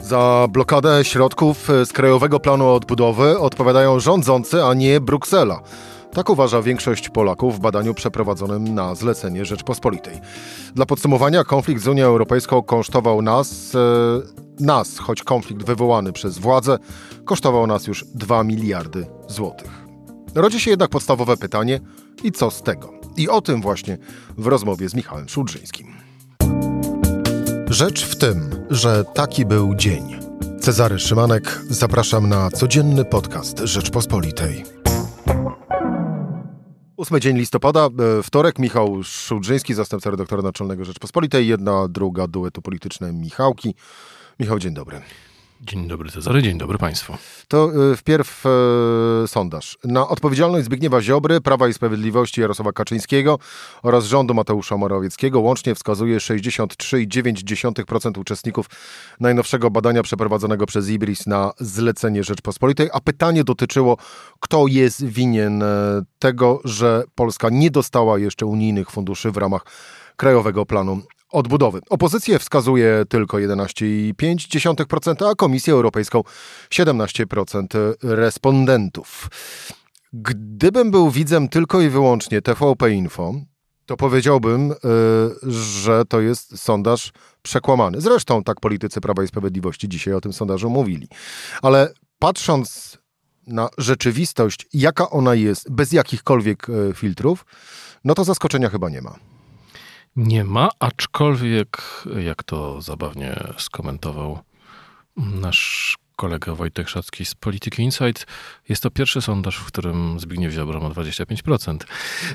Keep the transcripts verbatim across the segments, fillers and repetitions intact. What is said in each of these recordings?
Za blokadę środków z Krajowego Planu Odbudowy odpowiadają rządzący, a nie Bruksela. Tak uważa większość Polaków w badaniu przeprowadzonym na zlecenie Rzeczpospolitej. Dla podsumowania, konflikt z Unią Europejską kosztował nas, e, nas, choć konflikt wywołany przez władze, kosztował nas już dwa miliardy złotych. Rodzi się jednak podstawowe pytanie, i co z tego? I o tym właśnie w rozmowie z Michałem Szulżyńskim. Rzecz w tym, że taki był dzień. Cezary Szymanek, zapraszam na codzienny podcast Rzeczpospolitej. Ósmy dzień listopada, wtorek, Michał Szulżyński, zastępca redaktora naczelnego Rzeczpospolitej, jedna, druga duetu polityczne Michałki. Michał, dzień dobry. Dzień dobry Cezary, dzień dobry Państwu. To y, wpierw y, sondaż. Na odpowiedzialność Zbigniewa Ziobry, Prawa i Sprawiedliwości Jarosława Kaczyńskiego oraz rządu Mateusza Morawieckiego łącznie wskazuje sześćdziesiąt trzy przecinek dziewięć procent uczestników najnowszego badania przeprowadzonego przez IBRIS na zlecenie Rzeczpospolitej. A pytanie dotyczyło, kto jest winien tego, że Polska nie dostała jeszcze unijnych funduszy w ramach Krajowego Planu Odbudowy. Opozycję wskazuje tylko jedenaście przecinek pięć procent, a Komisję Europejską siedemnaście procent respondentów. Gdybym był widzem tylko i wyłącznie T V P Info, to powiedziałbym, yy, że to jest sondaż przekłamany. Zresztą tak politycy Prawa i Sprawiedliwości dzisiaj o tym sondażu mówili. Ale patrząc na rzeczywistość, jaka ona jest, bez jakichkolwiek yy, filtrów, no to zaskoczenia chyba nie ma. Nie ma, aczkolwiek, jak to zabawnie skomentował nasz kolega Wojtek Szacki z Polityki Insight, jest to pierwszy sondaż, w którym Zbigniew Ziobro ma dwadzieścia pięć procent.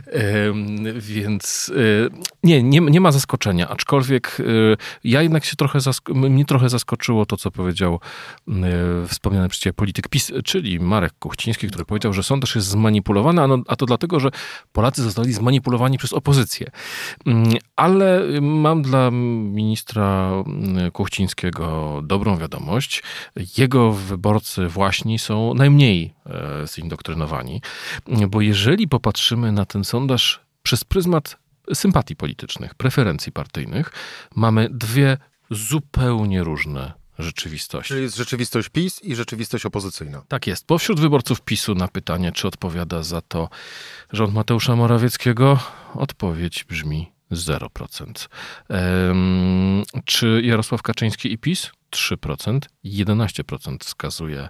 Yy, więc yy, nie, nie, nie ma zaskoczenia, aczkolwiek yy, ja jednak się trochę, zask- mnie trochę zaskoczyło to, co powiedział yy, wspomniany przez ciebie polityk PiS, czyli Marek Kuchciński, który powiedział, że sondaż jest zmanipulowany, a, no, a to dlatego, że Polacy zostali zmanipulowani przez opozycję. Yy, ale mam dla ministra Kuchcińskiego dobrą wiadomość. Jego Jego wyborcy właśnie są najmniej e, zindoktrynowani, bo jeżeli popatrzymy na ten sondaż przez pryzmat sympatii politycznych, preferencji partyjnych, mamy dwie zupełnie różne rzeczywistości. Czyli jest rzeczywistość PiS i rzeczywistość opozycyjna. Tak jest. Bo wśród wyborców PiSu na pytanie, czy odpowiada za to rząd Mateusza Morawieckiego, odpowiedź brzmi zero procent. Ehm, czy Jarosław Kaczyński i PiS? trzy procent, jedenaście procent wskazuje,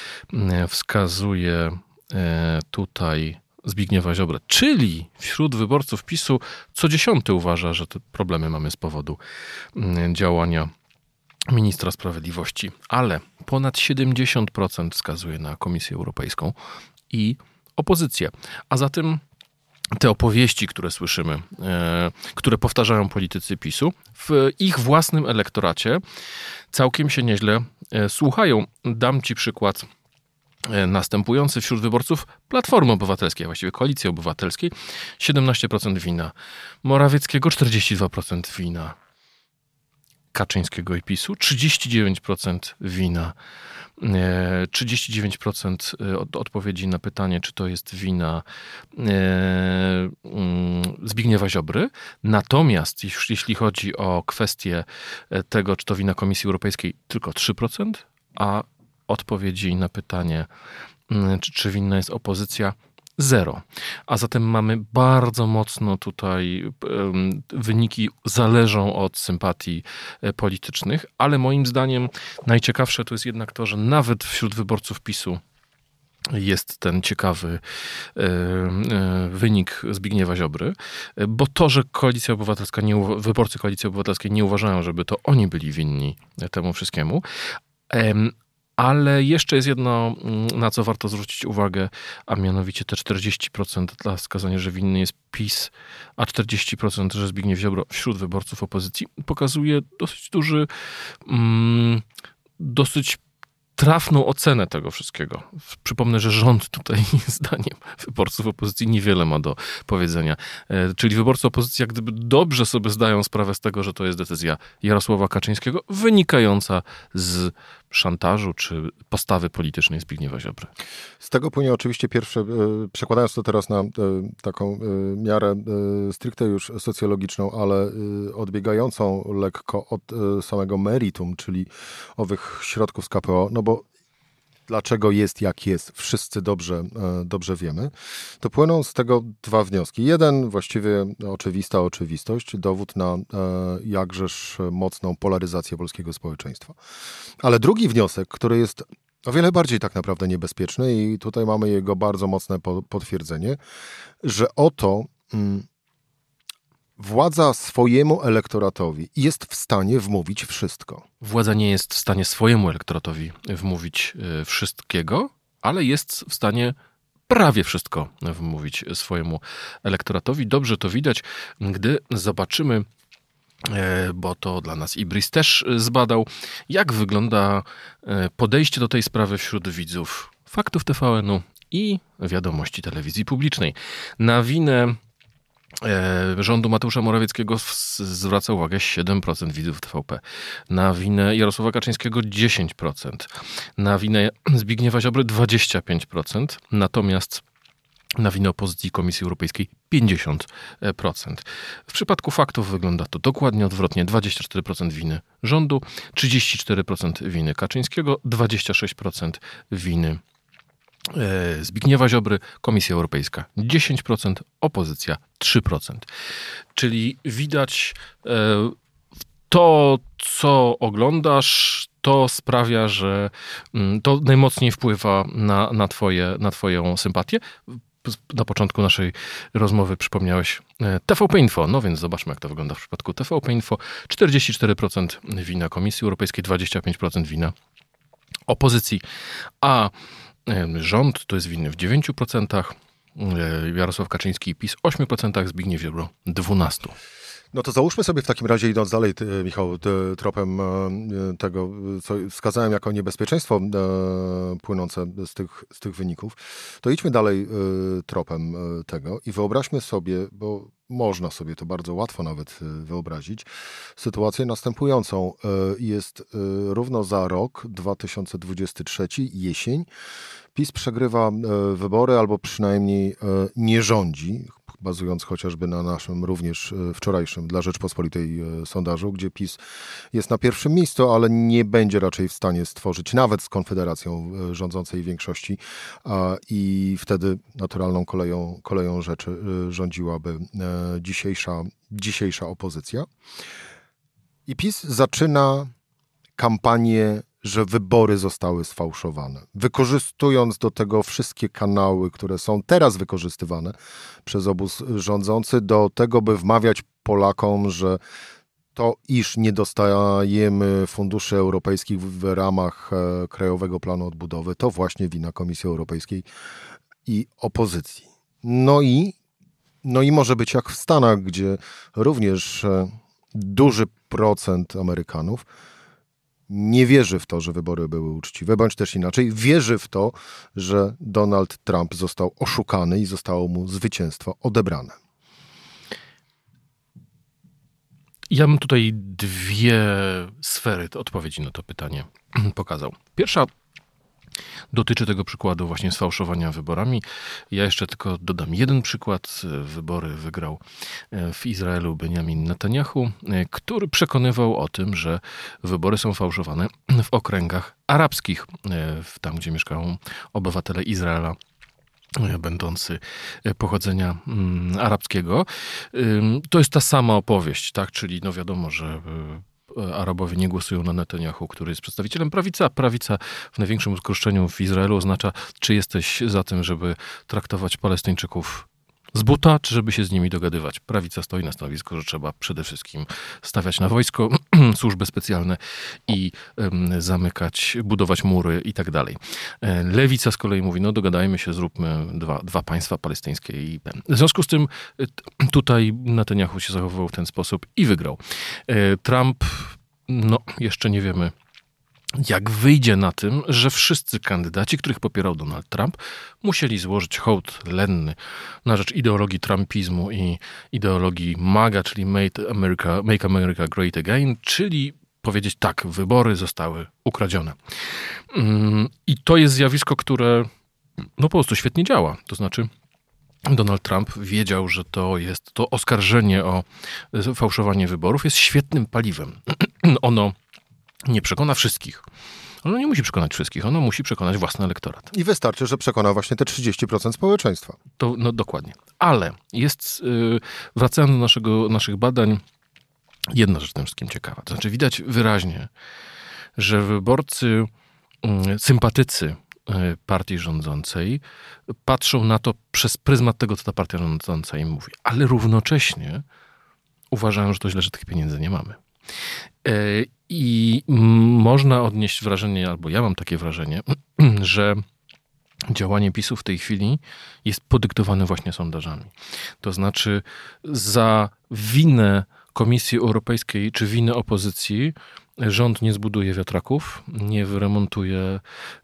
wskazuje tutaj Zbigniewa Ziobrę. Czyli wśród wyborców PiSu co dziesiąty uważa, że te problemy mamy z powodu działania ministra sprawiedliwości. Ale ponad siedemdziesiąt procent wskazuje na Komisję Europejską i opozycję. A zatem te opowieści, które słyszymy, e, które powtarzają politycy PiSu, w ich własnym elektoracie całkiem się nieźle e, słuchają. Dam ci przykład e, następujący. Wśród wyborców Platformy Obywatelskiej, a właściwie Koalicji Obywatelskiej, siedemnaście procent wina Morawieckiego, czterdzieści dwa procent wina Kaczyńskiego i PiSu, trzydzieści dziewięć procent wina trzydzieści dziewięć procent odpowiedzi na pytanie, czy to jest wina Zbigniewa Ziobry. Natomiast jeśli chodzi o kwestię tego, czy to wina Komisji Europejskiej, tylko trzy procent, a odpowiedzi na pytanie, czy, czy winna jest opozycja, zero. A zatem mamy bardzo mocno tutaj um, wyniki zależą od sympatii politycznych, ale moim zdaniem najciekawsze to jest jednak to, że nawet wśród wyborców PiSu jest ten ciekawy e, e, wynik Zbigniewa Ziobry, bo to, że Koalicja Obywatelska, nie, wyborcy Koalicji Obywatelskiej nie uważają, żeby to oni byli winni temu wszystkiemu. E, Ale jeszcze jest jedno, na co warto zwrócić uwagę, a mianowicie te czterdzieści procent dla wskazania, że winny jest PiS, a czterdzieści procent, że Zbigniew Ziobro wśród wyborców opozycji pokazuje dosyć duży, mm, dosyć trafną ocenę tego wszystkiego. Przypomnę, że rząd tutaj zdaniem wyborców opozycji niewiele ma do powiedzenia. Czyli wyborcy opozycji, jak gdyby dobrze sobie zdają sprawę z tego, że to jest decyzja Jarosława Kaczyńskiego wynikająca z szantażu czy postawy politycznej Zbigniewa Ziobry. Z tego płynie oczywiście pierwsze, przekładając to teraz na taką miarę stricte już socjologiczną, ale odbiegającą lekko od samego meritum, czyli owych środków z K P O, no bo dlaczego jest jak jest, wszyscy dobrze, dobrze wiemy, to płyną z tego dwa wnioski. Jeden, właściwie oczywista oczywistość, dowód na jakżeż mocną polaryzację polskiego społeczeństwa. Ale drugi wniosek, który jest o wiele bardziej tak naprawdę niebezpieczny i tutaj mamy jego bardzo mocne potwierdzenie, że oto mm, władza swojemu elektoratowi jest w stanie wmówić wszystko. Władza nie jest w stanie swojemu elektoratowi wmówić wszystkiego, ale jest w stanie prawie wszystko wmówić swojemu elektoratowi. Dobrze to widać, gdy zobaczymy, bo to dla nas Ibris też zbadał, jak wygląda podejście do tej sprawy wśród widzów Faktów T V N-u i Wiadomości Telewizji Publicznej. Na winę rządu Mateusza Morawieckiego zwraca uwagę siedem procent widzów T V P. Na winę Jarosława Kaczyńskiego dziesięć procent. Na winę Zbigniewa Ziobry dwadzieścia pięć procent. Natomiast na winę opozycji Komisji Europejskiej pięćdziesiąt procent. W przypadku faktów wygląda to dokładnie odwrotnie. dwadzieścia cztery procent winy rządu, trzydzieści cztery procent winy Kaczyńskiego, dwadzieścia sześć procent winy Zbigniewa Ziobry, Komisja Europejska dziesięć procent, opozycja trzy procent. Czyli widać to, co oglądasz, to sprawia, że to najmocniej wpływa na, na, twoje, na twoją sympatię. Na początku naszej rozmowy przypomniałeś T V P Info, no więc zobaczmy, jak to wygląda w przypadku T V P Info. czterdzieści cztery procent wina Komisji Europejskiej, dwadzieścia pięć procent wina opozycji, a rząd to jest winny w dziewięciu procentach, Jarosław Kaczyński i PiS osiem procent, Zbigniew Ziobro dwanaście procent. No to załóżmy sobie w takim razie, idąc dalej, ty, Michał, ty, tropem tego, co wskazałem jako niebezpieczeństwo e, płynące z tych, z tych wyników, to idźmy dalej e, tropem tego i wyobraźmy sobie, bo można sobie to bardzo łatwo nawet wyobrazić, sytuację następującą. E, jest e, równo za rok, dwa tysiące dwudziesty trzeci, jesień, PiS przegrywa e, wybory albo przynajmniej e, nie rządzi, bazując chociażby na naszym również wczorajszym dla Rzeczpospolitej sondażu, gdzie PiS jest na pierwszym miejscu, ale nie będzie raczej w stanie stworzyć nawet z Konfederacją rządzącej większości i wtedy naturalną koleją, koleją rzeczy rządziłaby dzisiejsza, dzisiejsza opozycja. I PiS zaczyna kampanię, że wybory zostały sfałszowane. Wykorzystując do tego wszystkie kanały, które są teraz wykorzystywane przez obóz rządzący, do tego, by wmawiać Polakom, że to, iż nie dostajemy funduszy europejskich w ramach Krajowego Planu Odbudowy, to właśnie wina Komisji Europejskiej i opozycji. No i, no i może być jak w Stanach, gdzie również duży procent Amerykanów nie wierzy w to, że wybory były uczciwe, bądź też inaczej, wierzy w to, że Donald Trump został oszukany i zostało mu zwycięstwo odebrane. Ja bym tutaj dwie sfery odpowiedzi na to pytanie pokazał. Pierwsza dotyczy tego przykładu właśnie sfałszowania wyborami. Ja jeszcze tylko dodam jeden przykład. Wybory wygrał w Izraelu Benjamin Netanyahu, który przekonywał o tym, że wybory są fałszowane w okręgach arabskich, tam gdzie mieszkają obywatele Izraela będący pochodzenia arabskiego. To jest ta sama opowieść, tak? Czyli no wiadomo, że Arabowie nie głosują na Netanyahu, który jest przedstawicielem prawicy, a prawica w największym uproszczeniu w Izraelu oznacza, czy jesteś za tym, żeby traktować Palestyńczyków z buta, czy żeby się z nimi dogadywać. Prawica stoi na stanowisku, że trzeba przede wszystkim stawiać na wojsko, służby specjalne i um, zamykać, budować mury i tak dalej. Lewica z kolei mówi, no dogadajmy się, zróbmy dwa, dwa państwa palestyńskie. I w związku z tym tutaj Netanyahu się zachowywał w ten sposób i wygrał. Trump, no jeszcze nie wiemy, jak wyjdzie na tym, że wszyscy kandydaci, których popierał Donald Trump, musieli złożyć hołd lenny na rzecz ideologii trumpizmu i ideologii MAGA, czyli Make America, Make America Great Again, czyli powiedzieć tak, wybory zostały ukradzione. I to jest zjawisko, które no po prostu świetnie działa. To znaczy Donald Trump wiedział, że to jest to oskarżenie o fałszowanie wyborów jest świetnym paliwem. Ono nie przekona wszystkich. Ono nie musi przekonać wszystkich, ono musi przekonać własny elektorat. I wystarczy, że przekona właśnie te trzydzieści procent społeczeństwa. To, no dokładnie. Ale jest, yy, wracając do naszego, naszych badań, jedna rzecz tym wszystkim ciekawa. To znaczy widać wyraźnie, że wyborcy, yy, sympatycy yy, partii rządzącej patrzą na to przez pryzmat tego, co ta partia rządząca im mówi. Ale równocześnie uważają, że to źle, że tych pieniędzy nie mamy. Yy, I można odnieść wrażenie, albo ja mam takie wrażenie, że działanie PiSu w tej chwili jest podyktowane właśnie sondażami. To znaczy za winę Komisji Europejskiej czy winę opozycji rząd nie zbuduje wiatraków, nie wyremontuje,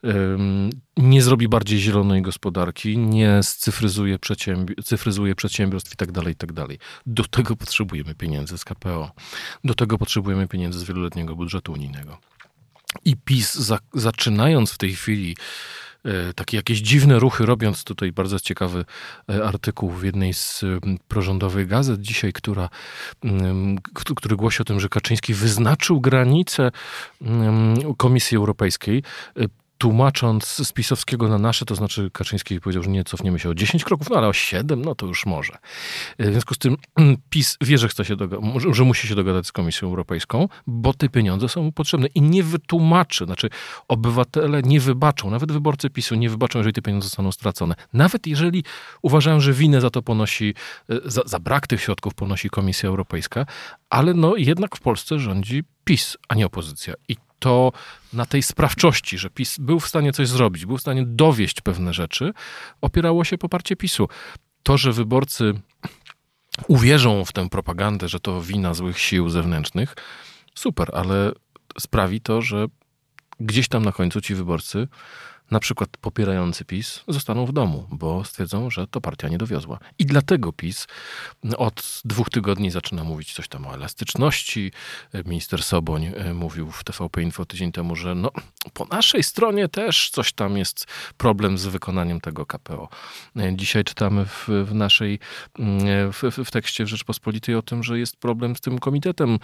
nie zrobi bardziej zielonej gospodarki, nie scyfryzuje, przedsiębi- cyfryzuje przedsiębiorstw i tak dalej, i tak dalej. Do tego potrzebujemy pieniędzy z K P O. Do tego potrzebujemy pieniędzy z wieloletniego budżetu unijnego. I PiS za, zaczynając w tej chwili takie jakieś dziwne ruchy, robiąc tutaj bardzo ciekawy artykuł w jednej z prorządowych gazet dzisiaj, która, który głosi o tym, że Kaczyński wyznaczył granice Komisji Europejskiej, tłumacząc z pisowskiego na nasze, to znaczy Kaczyński powiedział, że nie cofniemy się o dziesięć kroków, no ale o siedem, no to już może. W związku z tym PiS wie, że chce się doga- że musi się dogadać z Komisją Europejską, bo te pieniądze są mu potrzebne i nie wytłumaczy, znaczy obywatele nie wybaczą, nawet wyborcy PiSu nie wybaczą, jeżeli te pieniądze zostaną stracone. Nawet jeżeli uważają, że winę za to ponosi, za, za brak tych środków ponosi Komisja Europejska, ale no jednak w Polsce rządzi PiS, a nie opozycja. I to na tej sprawczości, że PiS był w stanie coś zrobić, był w stanie dowieść pewne rzeczy, opierało się poparcie PiSu. To, że wyborcy uwierzą w tę propagandę, że to wina złych sił zewnętrznych, super, ale sprawi to, że gdzieś tam na końcu ci wyborcy, na przykład popierający PiS, zostaną w domu, bo stwierdzą, że to partia nie dowiozła. I dlatego PiS od dwóch tygodni zaczyna mówić coś tam o elastyczności. Minister Soboń mówił w T V P Info tydzień temu, że no, po naszej stronie też coś tam jest problem z wykonaniem tego K P O. Dzisiaj czytamy w, w naszej, w, w tekście w Rzeczpospolitej o tym, że jest problem z tym komitetem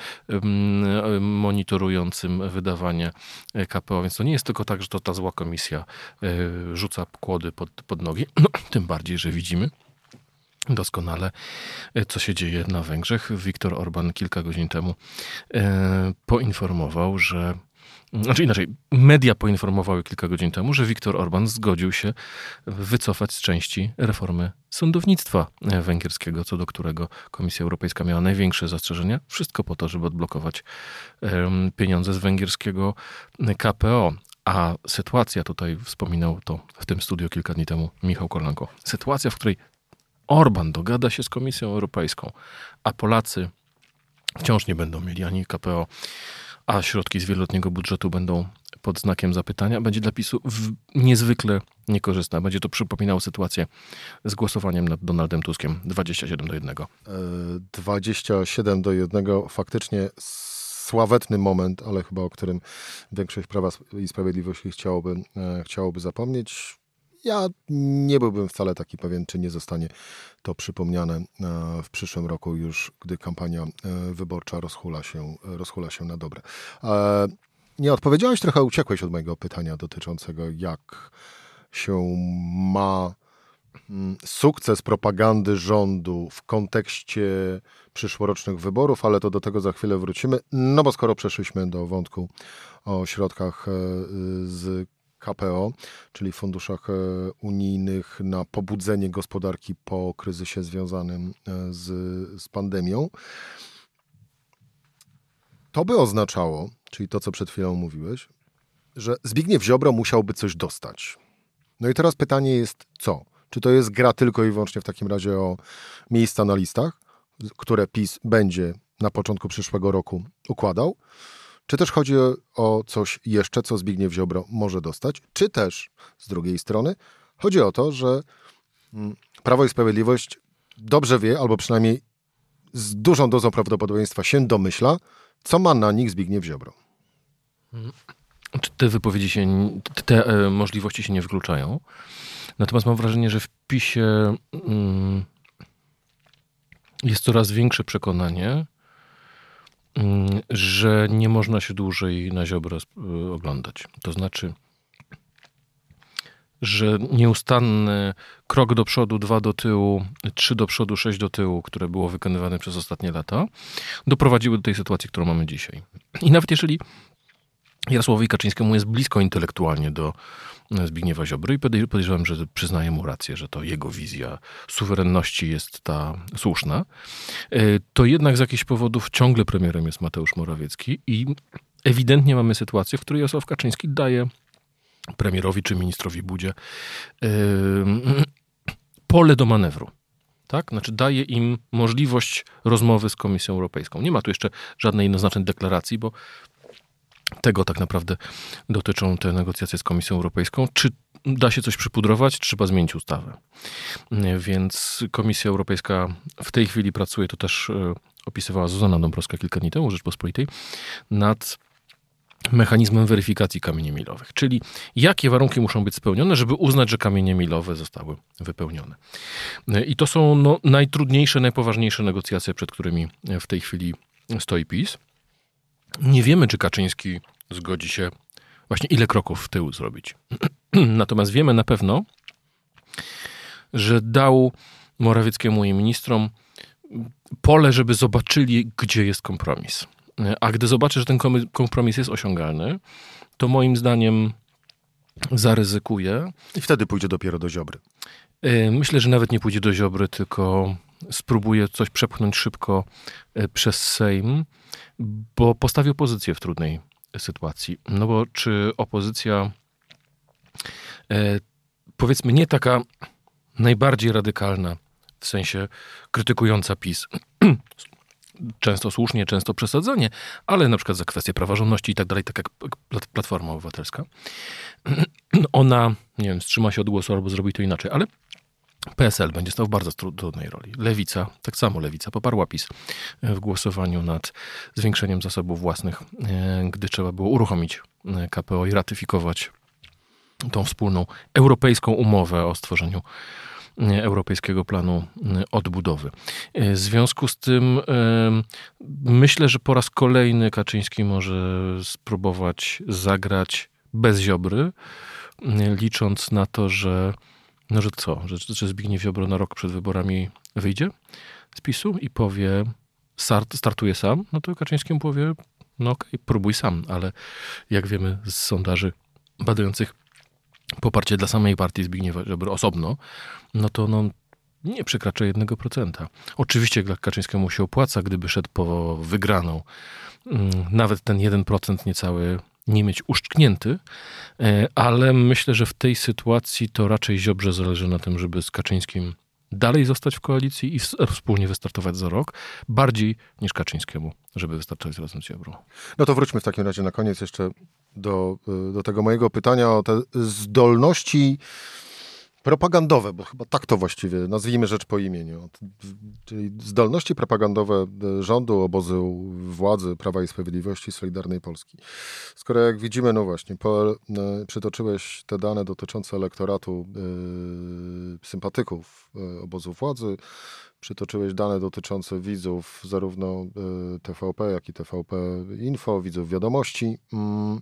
monitorującym wydawanie K P O, więc to nie jest tylko tak, że to ta zła komisja rzuca kłody pod, pod nogi. No, tym bardziej, że widzimy doskonale, co się dzieje na Węgrzech. Viktor Orban kilka godzin temu poinformował, że Znaczy inaczej, media poinformowały kilka godzin temu, że Viktor Orban zgodził się wycofać z części reformy sądownictwa węgierskiego, co do którego Komisja Europejska miała największe zastrzeżenia. Wszystko po to, żeby odblokować pieniądze z węgierskiego K P O. A sytuacja, tutaj wspominał to w tym studiu kilka dni temu Michał Kolanko, sytuacja, w której Orban dogada się z Komisją Europejską, a Polacy wciąż nie będą mieli ani K P O, a środki z wieloletniego budżetu będą pod znakiem zapytania, będzie dla PiSu w niezwykle niekorzystna. Będzie to przypominało sytuację z głosowaniem nad Donaldem Tuskiem dwadzieścia siedem do jednego. dwadzieścia siedem do jednego faktycznie sławetny moment, ale chyba o którym większość Prawa i Sprawiedliwości chciałoby, chciałoby zapomnieć. Ja nie byłbym wcale taki pewien, czy nie zostanie to przypomniane w przyszłym roku już, gdy kampania wyborcza rozhula się, rozhula się na dobre. Nie odpowiedziałeś, trochę uciekłeś od mojego pytania dotyczącego, jak się ma sukces propagandy rządu w kontekście przyszłorocznych wyborów, ale to do tego za chwilę wrócimy. No bo skoro przeszliśmy do wątku o środkach z K P O, czyli funduszach unijnych na pobudzenie gospodarki po kryzysie związanym z, z pandemią, to by oznaczało, czyli to, co przed chwilą mówiłeś, że Zbigniew Ziobro musiałby coś dostać. No i teraz pytanie jest co? Czy to jest gra tylko i wyłącznie w takim razie o miejsca na listach, które PiS będzie na początku przyszłego roku układał? Czy też chodzi o coś jeszcze, co Zbigniew Ziobro może dostać? Czy też, z drugiej strony, chodzi o to, że Prawo i Sprawiedliwość dobrze wie, albo przynajmniej z dużą dozą prawdopodobieństwa się domyśla, co ma na nich Zbigniew Ziobro? Te wypowiedzi się, te możliwości się nie wykluczają. Natomiast mam wrażenie, że w PiS-ie jest coraz większe przekonanie, że nie można się dłużej na Ziobrę oglądać. To znaczy, że nieustanny krok do przodu, dwa do tyłu, trzy do przodu, sześć do tyłu, które było wykonywane przez ostatnie lata, doprowadziły do tej sytuacji, którą mamy dzisiaj. I nawet jeżeli Jarosławowi Kaczyńskiemu jest blisko intelektualnie do Zbigniewa Ziobry i podejrzewam, że przyznaje mu rację, że to jego wizja suwerenności jest ta słuszna, to jednak z jakichś powodów ciągle premierem jest Mateusz Morawiecki i ewidentnie mamy sytuację, w której Jarosław Kaczyński daje premierowi czy ministrowi Budzie yy, pole do manewru. Tak? Znaczy daje im możliwość rozmowy z Komisją Europejską. Nie ma tu jeszcze żadnej jednoznacznej deklaracji, bo tego tak naprawdę dotyczą te negocjacje z Komisją Europejską. Czy da się coś przypudrować? Trzeba zmienić ustawę. Więc Komisja Europejska w tej chwili pracuje, to też opisywała Zuzanna Dąbrowska kilka dni temu, Rzeczpospolitej, nad mechanizmem weryfikacji kamieni milowych. Czyli jakie warunki muszą być spełnione, żeby uznać, że kamienie milowe zostały wypełnione. I to są no, najtrudniejsze, najpoważniejsze negocjacje, przed którymi w tej chwili stoi PiS. Nie wiemy, czy Kaczyński zgodzi się właśnie ile kroków w tył zrobić. Natomiast wiemy na pewno, że dał Morawieckiemu i ministrom pole, żeby zobaczyli, gdzie jest kompromis. A gdy zobaczy, że ten kompromis jest osiągalny, to moim zdaniem zaryzykuje. I wtedy pójdzie dopiero do Ziobry. Myślę, że nawet nie pójdzie do Ziobry, tylko spróbuje coś przepchnąć szybko przez Sejm, bo postawi opozycję w trudnej sytuacji. No bo czy opozycja, powiedzmy nie taka najbardziej radykalna, w sensie krytykująca PiS, często słusznie, często przesadzenie, ale na przykład za kwestię praworządności i tak dalej, tak jak Platforma Obywatelska, ona, nie wiem, wstrzyma się od głosu albo zrobi to inaczej, ale P S L będzie stał w bardzo trudnej roli. Lewica, tak samo Lewica, poparła PiS w głosowaniu nad zwiększeniem zasobów własnych, gdy trzeba było uruchomić K P O i ratyfikować tą wspólną europejską umowę o stworzeniu Europejskiego Planu Odbudowy. W związku z tym myślę, że po raz kolejny Kaczyński może spróbować zagrać bez Ziobry, licząc na to, że no, że co? Że, że Zbigniew Ziobro na rok przed wyborami wyjdzie z PiSu i powie start, startuje sam, no to Kaczyńskiemu powie no okej, okay, próbuj sam, ale jak wiemy z sondaży badających poparcie dla samej partii Zbigniewa Ziobry osobno, no to no, nie przekracza jednego procenta. Oczywiście dla Kaczyńskiemu się opłaca, gdyby szedł po wygraną. Nawet ten jeden procent niecały nie mieć uszczknięty, ale myślę, że w tej sytuacji to raczej Ziobrze zależy na tym, żeby z Kaczyńskim dalej zostać w koalicji i wspólnie wystartować za rok, bardziej niż Kaczyńskiemu, żeby wystartować razem z Ziobrą. No to wróćmy w takim razie na koniec jeszcze do, do tego mojego pytania o te zdolności propagandowe, bo chyba tak to właściwie, nazwijmy rzecz po imieniu. Czyli zdolności propagandowe rządu, obozu władzy Prawa i Sprawiedliwości, Solidarnej Polski. Skoro jak widzimy, no właśnie, po, no, przytoczyłeś te dane dotyczące elektoratu yy, sympatyków yy, obozu władzy, przytoczyłeś dane dotyczące widzów zarówno yy, T V P, jak i T V P Info, widzów Wiadomości. Yy.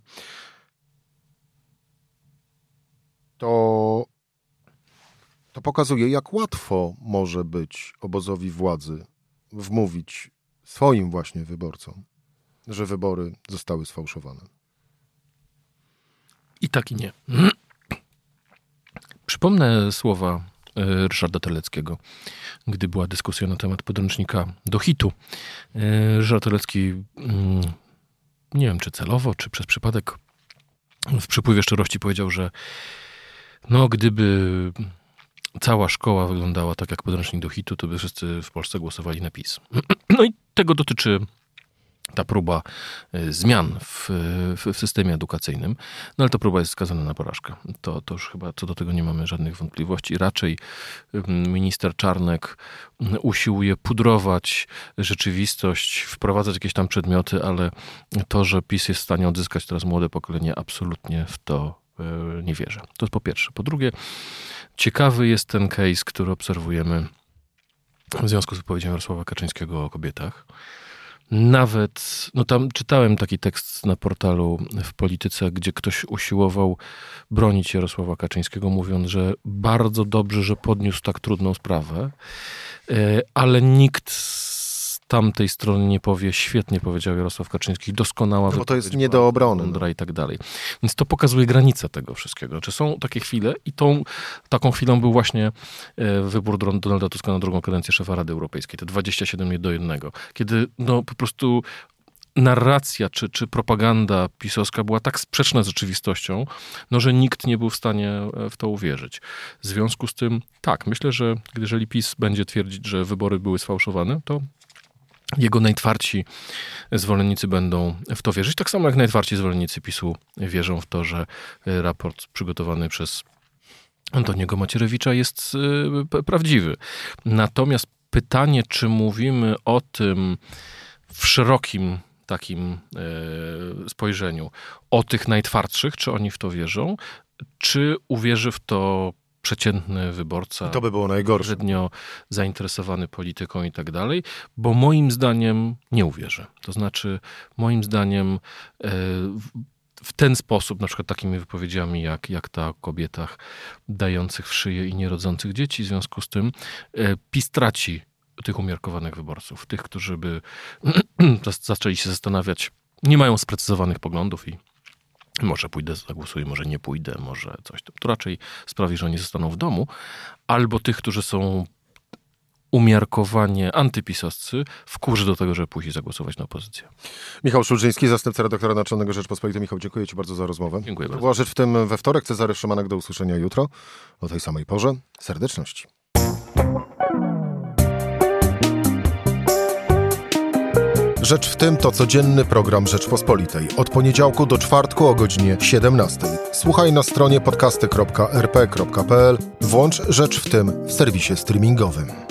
To To pokazuje, jak łatwo może być obozowi władzy wmówić swoim właśnie wyborcom, że wybory zostały sfałszowane. I tak i nie. Przypomnę słowa Ryszarda Terleckiego, gdy była dyskusja na temat podręcznika do hitu. Ryszard Terlecki, nie wiem czy celowo, czy przez przypadek, w przypływie szczerości powiedział, że no gdyby cała szkoła wyglądała tak jak podręcznik do hitu, to by wszyscy w Polsce głosowali na PiS. No i tego dotyczy ta próba zmian w, w, w systemie edukacyjnym, no ale ta próba jest skazana na porażkę. To, to już chyba co do tego nie mamy żadnych wątpliwości. Raczej minister Czarnek usiłuje pudrować rzeczywistość, wprowadzać jakieś tam przedmioty, ale to, że PiS jest w stanie odzyskać teraz młode pokolenie, absolutnie w to nie wierzę. To jest po pierwsze. Po drugie, ciekawy jest ten case, który obserwujemy w związku z wypowiedzią Jarosława Kaczyńskiego o kobietach. Nawet, no tam czytałem taki tekst na portalu w Polityce, gdzie ktoś usiłował bronić Jarosława Kaczyńskiego, mówiąc, że bardzo dobrze, że podniósł tak trudną sprawę, ale nikt z tamtej strony nie powie, świetnie powiedział Jarosław Kaczyński, doskonała no bo to jest nie do obrony. Mądra i tak dalej. Więc to pokazuje granicę tego wszystkiego. Znaczy są takie chwile i tą taką chwilą był właśnie wybór Donalda Tuska na drugą kadencję szefa Rady Europejskiej, te dwadzieścia siedem do jednego, kiedy no po prostu narracja czy, czy propaganda pisowska była tak sprzeczna z rzeczywistością, no, że nikt nie był w stanie w to uwierzyć. W związku z tym, tak, myślę, że jeżeli PiS będzie twierdzić, że wybory były sfałszowane, to jego najtwardsi zwolennicy będą w to wierzyć. Tak samo jak najtwardsi zwolennicy PiSu wierzą w to, że raport przygotowany przez Antoniego Macierewicza jest prawdziwy. Natomiast pytanie, czy mówimy o tym w szerokim takim spojrzeniu, o tych najtwardszych, czy oni w to wierzą, czy uwierzy w to przeciętny wyborca, to by było najgorsze, średnio zainteresowany polityką i tak dalej, bo moim zdaniem nie uwierzy. To znaczy, moim zdaniem e, w ten sposób, na przykład takimi wypowiedziami jak, jak ta o kobietach dających w szyję i nierodzących dzieci, w związku z tym e, PiS traci tych umiarkowanych wyborców, tych, którzy by zaczęli się zastanawiać, nie mają sprecyzowanych poglądów i może pójdę, zagłosuję, może nie pójdę, może coś tam. To raczej sprawi, że oni zostaną w domu. Albo tych, którzy są umiarkowanie antypisowscy, wkurzy do tego, żeby pójść i zagłosować na opozycję. Michał Szulżyński, zastępca redaktora naczelnego Rzeczpospolitej. Michał, dziękuję Ci bardzo za rozmowę. Dziękuję bardzo. Była Rzecz w tym we wtorek. Cezary Szymanek, do usłyszenia jutro o tej samej porze. Serdeczności. Rzecz w tym to codzienny program Rzeczpospolitej. Od poniedziałku do czwartku o godzinie siedemnastej. Słuchaj na stronie podcasty kropka er pe kropka pe el. Włącz Rzecz w tym w serwisie streamingowym.